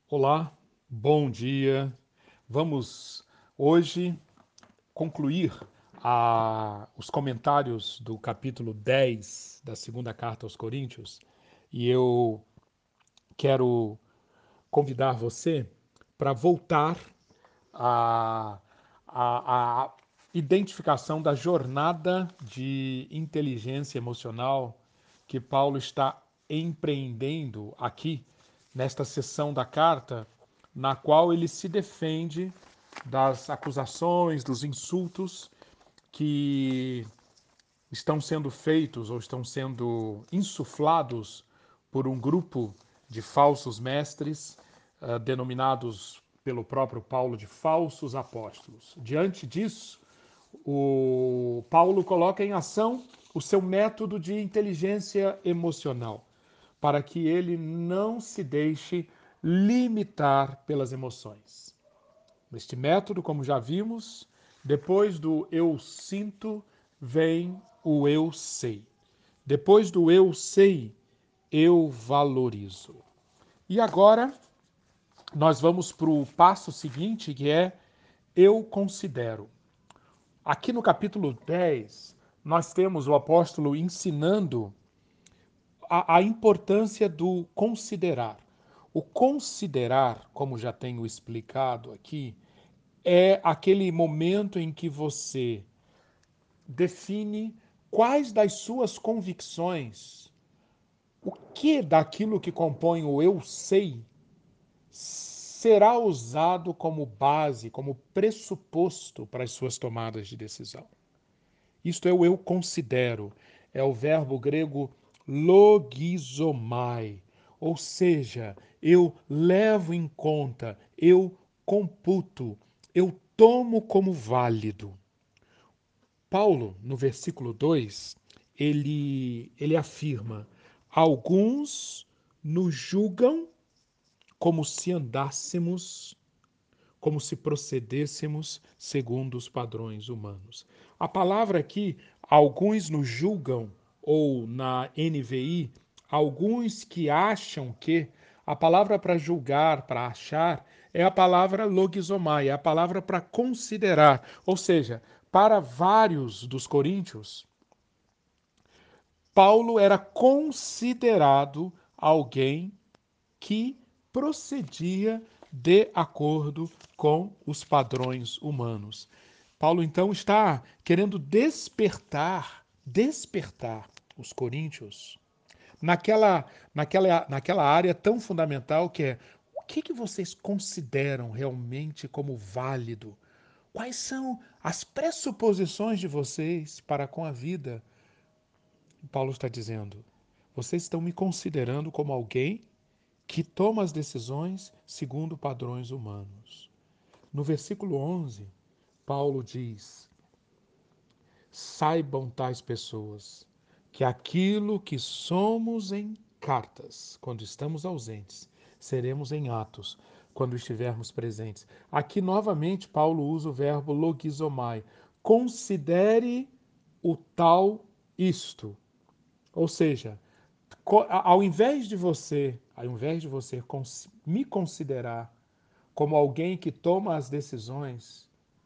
Olá, bom dia. Vamos hoje concluir os comentários do capítulo 10 da segunda carta aos Coríntios e eu quero convidar você para voltar à, à identificação da jornada de inteligência emocional que Paulo está empreendendo aqui nesta seção da carta, na qual ele se defende das acusações, dos insultos que estão sendo feitos ou estão sendo insuflados por um grupo de falsos mestres, denominados pelo próprio Paulo de falsos apóstolos. Diante disso, o Paulo coloca em ação o seu método de inteligência emocional, para que ele não se deixe limitar pelas emoções. Neste método, como já vimos, depois do eu sinto, vem o eu sei. Depois do eu sei, eu valorizo. E agora nós vamos para o passo seguinte, que é eu considero. Aqui no capítulo 10, nós temos o apóstolo ensinando a importância do considerar. O considerar, como já tenho explicado aqui, é aquele momento em que você define quais das suas convicções, o que daquilo que compõe o eu sei, será usado como base, como pressuposto para as suas tomadas de decisão. Isto é o eu considero, é o verbo grego logizomai, ou seja, eu levo em conta, eu computo, eu tomo como válido. Paulo, no versículo 2, ele afirma: alguns nos julgam como se andássemos, como se procedêssemos segundo os padrões humanos. A palavra aqui, alguns nos julgam, ou na NVI, alguns que acham que, a palavra para julgar, para achar, é a palavra logizomai, é a palavra para considerar. Ou seja, para vários dos coríntios, Paulo era considerado alguém que procedia de acordo com os padrões humanos. Paulo então está querendo despertar os coríntios naquela área tão fundamental que é o que vocês consideram realmente como válido? Quais são as pressuposições de vocês para com a vida? Paulo está dizendo: vocês estão me considerando como alguém que toma as decisões segundo padrões humanos. No versículo 11, Paulo diz: saibam tais pessoas que aquilo que somos em cartas, quando estamos ausentes, seremos em atos, quando estivermos presentes. Aqui, novamente, Paulo usa o verbo logizomai. Considere o tal isto. Ou seja, ao invés de você me considerar como alguém que toma as decisões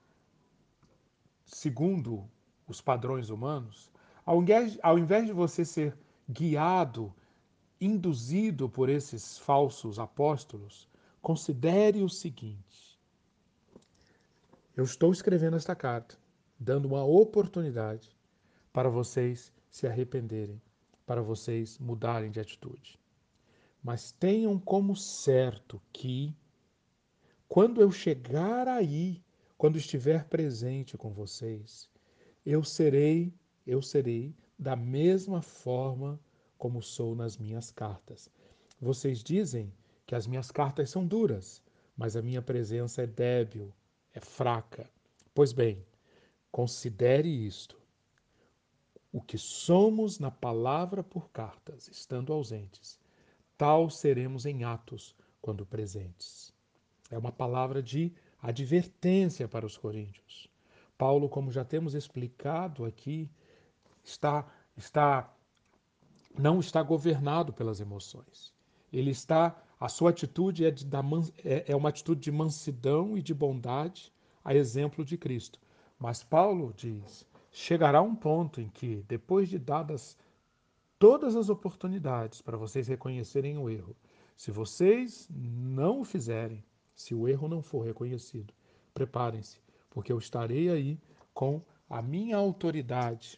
segundo os padrões humanos, ao invés de você ser guiado, induzido por esses falsos apóstolos, considere o seguinte: eu estou escrevendo esta carta, dando uma oportunidade para vocês se arrependerem, para vocês mudarem de atitude. Mas tenham como certo que, quando eu chegar aí, quando estiver presente com vocês, eu serei, eu serei da mesma forma como sou nas minhas cartas. Vocês dizem que as minhas cartas são duras, mas a minha presença é débil, é fraca. Pois bem, considere isto: o que somos na palavra por cartas, estando ausentes, tal seremos em atos quando presentes. É uma palavra de advertência para os coríntios. Paulo, como já temos explicado aqui, está, está não está governado pelas emoções. Ele está A sua atitude é uma atitude de mansidão e de bondade, a exemplo de Cristo. Mas Paulo diz: chegará um ponto em que, depois de dadas todas as oportunidades para vocês reconhecerem o erro, se vocês não o fizerem, se o erro não for reconhecido, preparem-se, porque eu estarei aí com a minha autoridade,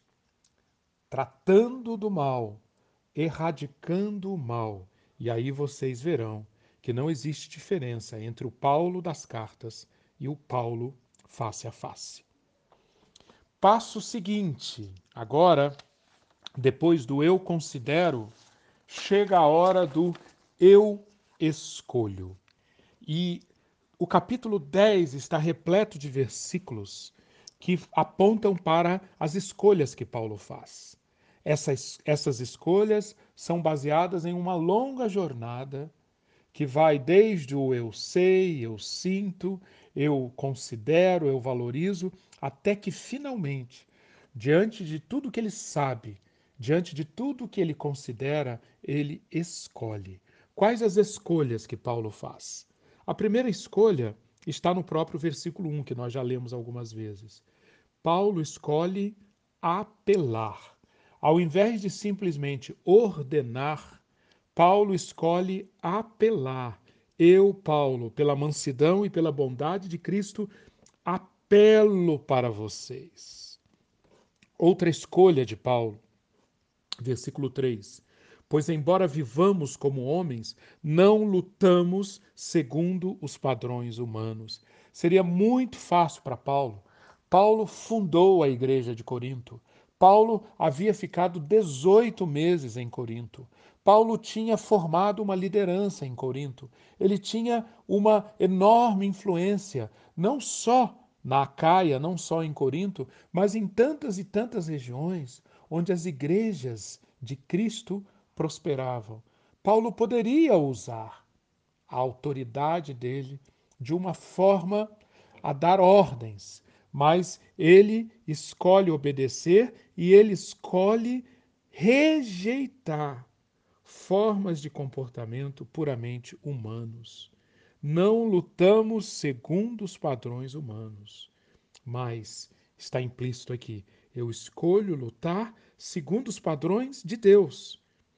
tratando do mal, erradicando o mal. E aí vocês verão que não existe diferença entre o Paulo das cartas e o Paulo face a face. Passo seguinte, agora, depois do eu considero, chega a hora do eu escolho. E o capítulo 10 está repleto de versículos que apontam para as escolhas que Paulo faz. Essas escolhas são baseadas em uma longa jornada que vai desde o eu sei, eu sinto, eu considero, eu valorizo, até que finalmente, diante de tudo que ele sabe, diante de tudo que ele considera, ele escolhe. Quais as escolhas que Paulo faz? A primeira escolha está no próprio versículo 1, que nós já lemos algumas vezes. Paulo escolhe apelar. Ao invés de simplesmente ordenar, Paulo escolhe apelar. Eu, Paulo, pela mansidão e pela bondade de Cristo, apelo para vocês. Outra escolha de Paulo, versículo 3. Pois, embora vivamos como homens, não lutamos segundo os padrões humanos. Seria muito fácil para Paulo. Paulo fundou a igreja de Corinto. Paulo havia ficado 18 meses em Corinto. Paulo tinha formado uma liderança em Corinto. Ele tinha uma enorme influência, não só na Acaia, não só em Corinto, mas em tantas e tantas regiões onde as igrejas de Cristo prosperavam. Paulo poderia usar a autoridade dele de uma forma a dar ordens, mas ele escolhe obedecer e ele escolhe rejeitar formas de comportamento puramente humanos. Não lutamos segundo os padrões humanos, mas está implícito aqui: eu escolho lutar segundo os padrões de Deus.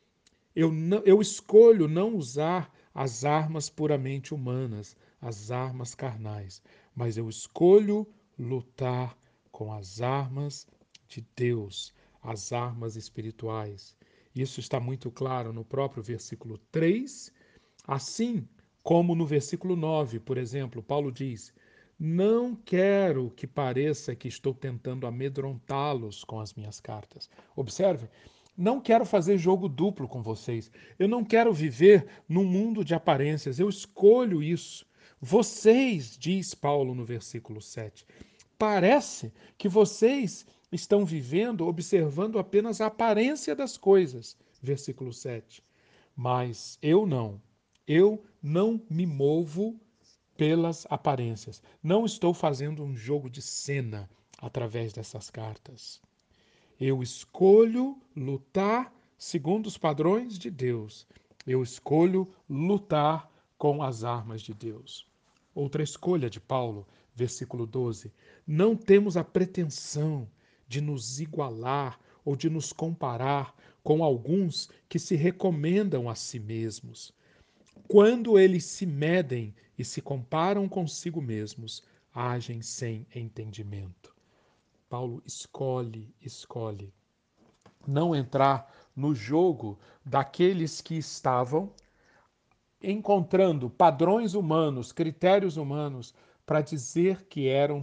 Eu escolho não usar as armas puramente humanas, as armas carnais, mas eu escolho lutar com as armas de Deus, as armas espirituais. Isso está muito claro no próprio versículo 3, assim como no versículo 9, por exemplo, Paulo diz: não quero que pareça que estou tentando amedrontá-los com as minhas cartas. Observe, não quero fazer jogo duplo com vocês. Eu não quero viver num mundo de aparências. Eu escolho isso. Vocês, diz Paulo no versículo 7, parece que vocês estão vivendo observando apenas a aparência das coisas. Versículo 7. Mas eu não. Eu não me movo pelas aparências. Não estou fazendo um jogo de cena através dessas cartas. Eu escolho lutar segundo os padrões de Deus. Eu escolho lutar com as armas de Deus. Outra escolha de Paulo, versículo 12. Não temos a pretensão de nos igualar ou de nos comparar com alguns que se recomendam a si mesmos. Quando eles se medem e se comparam consigo mesmos, agem sem entendimento. Paulo escolhe não entrar no jogo daqueles que estavam encontrando padrões humanos, critérios humanos, para dizer que eram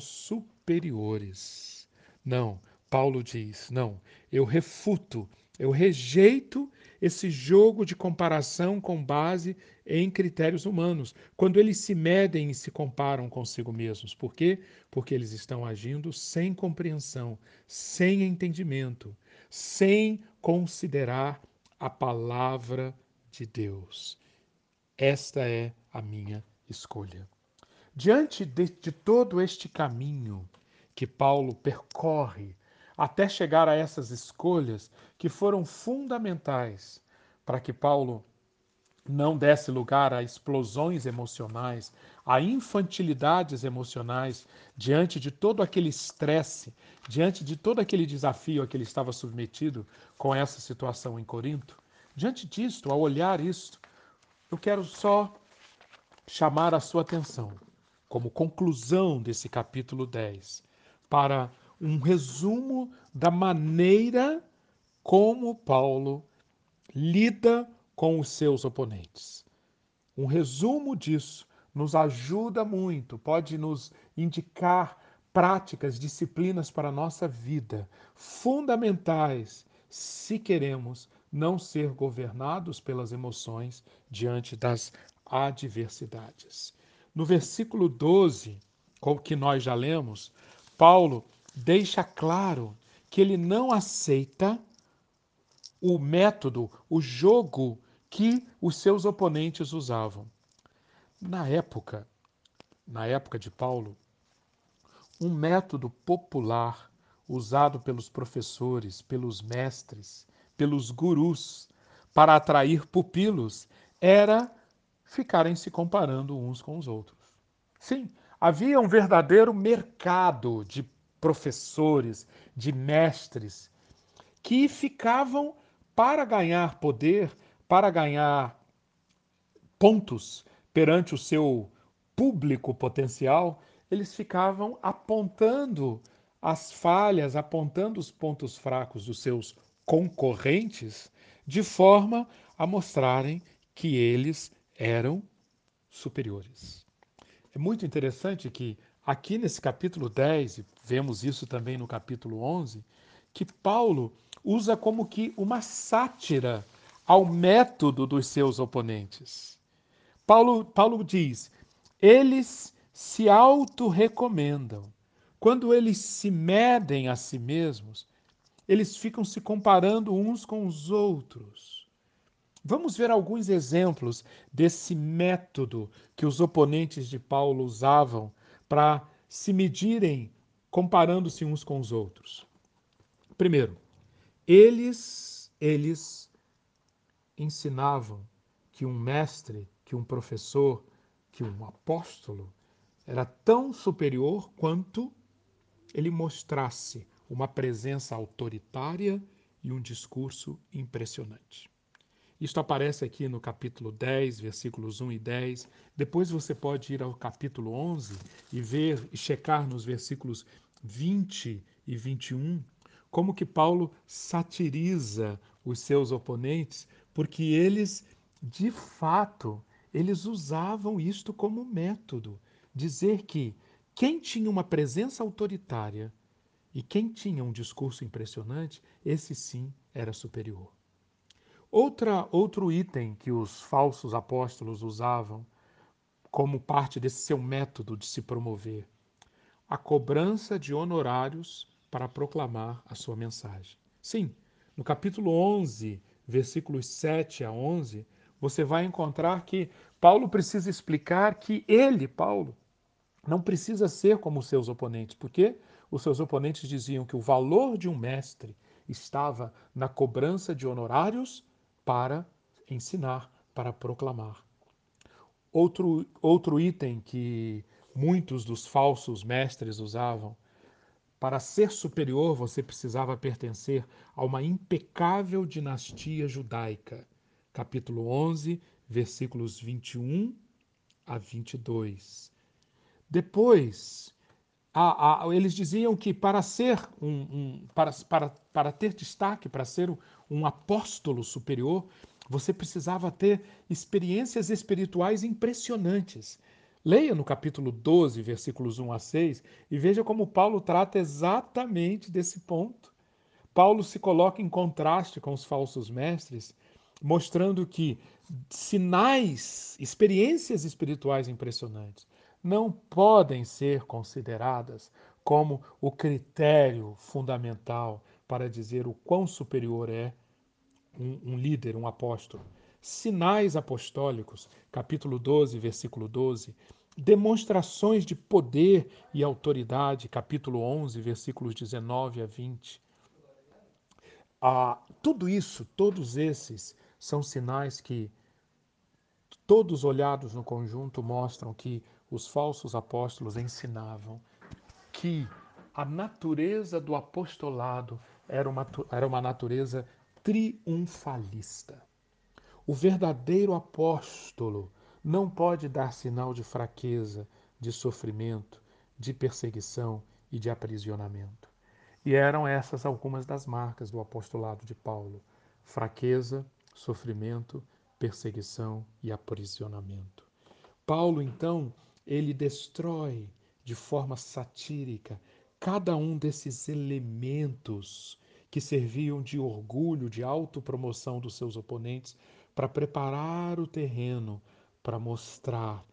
superiores. Não, Paulo diz: não, eu refuto, eu rejeito esse jogo de comparação com base em critérios humanos, quando eles se medem e se comparam consigo mesmos. Por quê? Porque eles estão agindo sem compreensão, sem entendimento, sem considerar a palavra de Deus. Esta é a minha escolha. Diante de todo este caminho que Paulo percorre até chegar a essas escolhas que foram fundamentais para que Paulo não desse lugar a explosões emocionais, a infantilidades emocionais diante de todo aquele estresse, diante de todo aquele desafio a que ele estava submetido com essa situação em Corinto. Diante disto, ao olhar isto, eu quero só chamar a sua atenção, como conclusão desse capítulo 10, para um resumo da maneira como Paulo lida com os seus oponentes. Um resumo disso nos ajuda muito, pode nos indicar práticas, disciplinas para a nossa vida, fundamentais se queremos não ser governados pelas emoções diante das adversidades. No versículo 12, com o que nós já lemos, Paulo deixa claro que ele não aceita o método, o jogo que os seus oponentes usavam. Na época, na época de Paulo, um método popular usado pelos professores, pelos mestres, pelos gurus para atrair pupilos era ficarem se comparando uns com os outros. Sim, havia um verdadeiro mercado de professores, de mestres que ficavam para ganhar poder, para ganhar pontos perante o seu público potencial, eles ficavam apontando as falhas, apontando os pontos fracos dos seus concorrentes, de forma a mostrarem que eles eram superiores. É muito interessante que aqui nesse capítulo 10, e vemos isso também no capítulo 11, que Paulo usa como que uma sátira ao método dos seus oponentes. Paulo diz: eles se auto-recomendam. Quando eles se medem a si mesmos, eles ficam se comparando uns com os outros. Vamos ver alguns exemplos desse método que os oponentes de Paulo usavam para se medirem comparando-se uns com os outros. Primeiro, eles ensinavam que um mestre, que um professor, que um apóstolo era tão superior quanto ele mostrasse uma presença autoritária e um discurso impressionante. Isto aparece aqui no capítulo 10, versículos 1 e 10. Depois você pode ir ao capítulo 11 e ver e checar nos versículos 20 e 21 como que Paulo satiriza os seus oponentes, porque eles, de fato, eles usavam isto como método. Dizer que quem tinha uma presença autoritária e quem tinha um discurso impressionante, esse sim era superior. Outro item que os falsos apóstolos usavam como parte desse seu método de se promover, a cobrança de honorários para proclamar a sua mensagem. Sim, no capítulo 11, versículos 7 a 11, você vai encontrar que Paulo precisa explicar que ele, Paulo, não precisa ser como os seus oponentes, porque os seus oponentes diziam que o valor de um mestre estava na cobrança de honorários para ensinar, para proclamar. Outro item que muitos dos falsos mestres usavam, para ser superior você precisava pertencer a uma impecável dinastia judaica. Capítulo 11, versículos 21 a 22. Depois, eles diziam que para ser para ter destaque, para ser um apóstolo superior, você precisava ter experiências espirituais impressionantes. Leia no capítulo 12, versículos 1 a 6, e veja como Paulo trata exatamente desse ponto. Paulo se coloca em contraste com os falsos mestres, mostrando que sinais, experiências espirituais impressionantes não podem ser consideradas como o critério fundamental para dizer o quão superior é um líder, um apóstolo. Sinais apostólicos, capítulo 12, versículo 12, demonstrações de poder e autoridade, capítulo 11, versículos 19 a 20. Tudo isso, todos esses, são sinais que todos olhados no conjunto mostram que os falsos apóstolos ensinavam que a natureza do apostolado era uma natureza triunfalista. O verdadeiro apóstolo não pode dar sinal de fraqueza, de sofrimento, de perseguição e de aprisionamento. E eram essas algumas das marcas do apostolado de Paulo: fraqueza, sofrimento, perseguição e aprisionamento. Paulo, então, ele destrói de forma satírica cada um desses elementos que serviam de orgulho, de autopromoção dos seus oponentes, para preparar o terreno para mostrar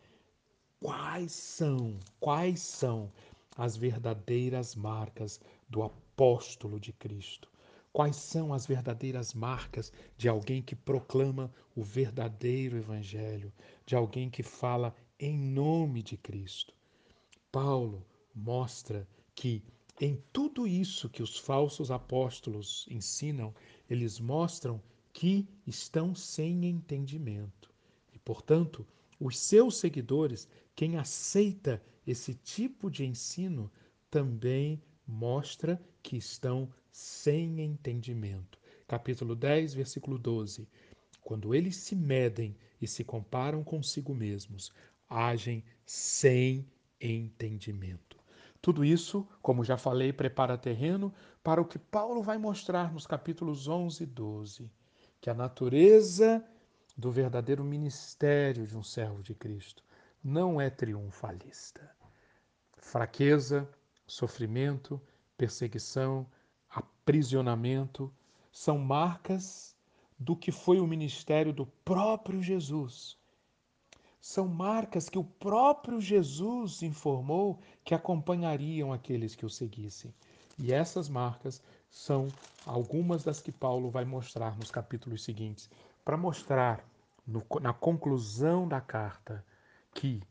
quais são as verdadeiras marcas do apóstolo de Cristo. Quais são as verdadeiras marcas de alguém que proclama o verdadeiro evangelho, de alguém que fala em nome de Cristo? Paulo mostra que em tudo isso que os falsos apóstolos ensinam, eles mostram que estão sem entendimento. E, portanto, os seus seguidores, quem aceita esse tipo de ensino, também mostra que estão sem entendimento. Capítulo 10, versículo 12. Quando eles se medem e se comparam consigo mesmos, agem sem entendimento. Tudo isso, como já falei, prepara terreno para o que Paulo vai mostrar nos capítulos 11 e 12, que a natureza do verdadeiro ministério de um servo de Cristo não é triunfalista. Fraqueza, sofrimento, perseguição, aprisionamento são marcas do que foi o ministério do próprio Jesus. São marcas que o próprio Jesus informou que acompanhariam aqueles que o seguissem. E essas marcas são algumas das que Paulo vai mostrar nos capítulos seguintes, para mostrar na conclusão da carta que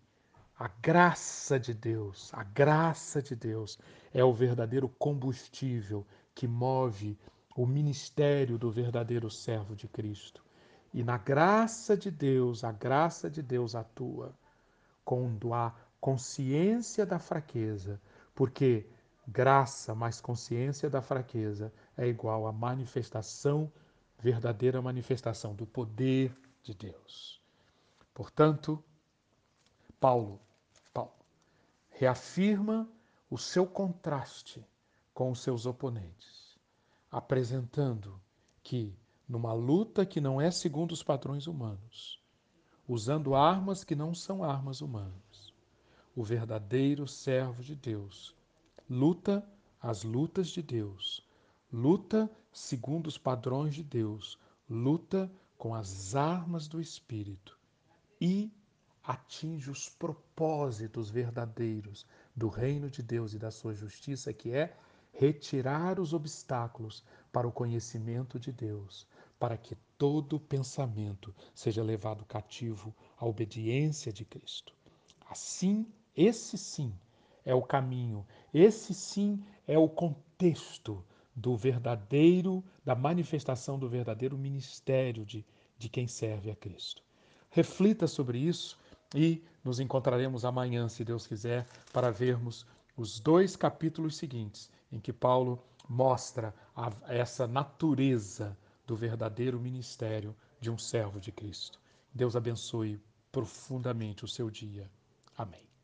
a graça de Deus é o verdadeiro combustível que move o ministério do verdadeiro servo de Cristo. E na graça de Deus, a graça de Deus atua quando há consciência da fraqueza, porque graça mais consciência da fraqueza é igual à manifestação, verdadeira manifestação do poder de Deus. Portanto, Paulo, Paulo reafirma o seu contraste com os seus oponentes, apresentando que, numa luta que não é segundo os padrões humanos, usando armas que não são armas humanas, o verdadeiro servo de Deus luta as lutas de Deus, luta segundo os padrões de Deus, luta com as armas do Espírito e atinge os propósitos verdadeiros do reino de Deus e da sua justiça, que é retirar os obstáculos para o conhecimento de Deus, para que todo pensamento seja levado cativo à obediência de Cristo. Assim, esse sim é o caminho, esse sim é o contexto da manifestação do verdadeiro ministério de quem serve a Cristo. Reflita sobre isso e nos encontraremos amanhã, se Deus quiser, para vermos os 2 capítulos seguintes, em que Paulo mostra essa natureza do verdadeiro ministério de um servo de Cristo. Deus abençoe profundamente o seu dia. Amém.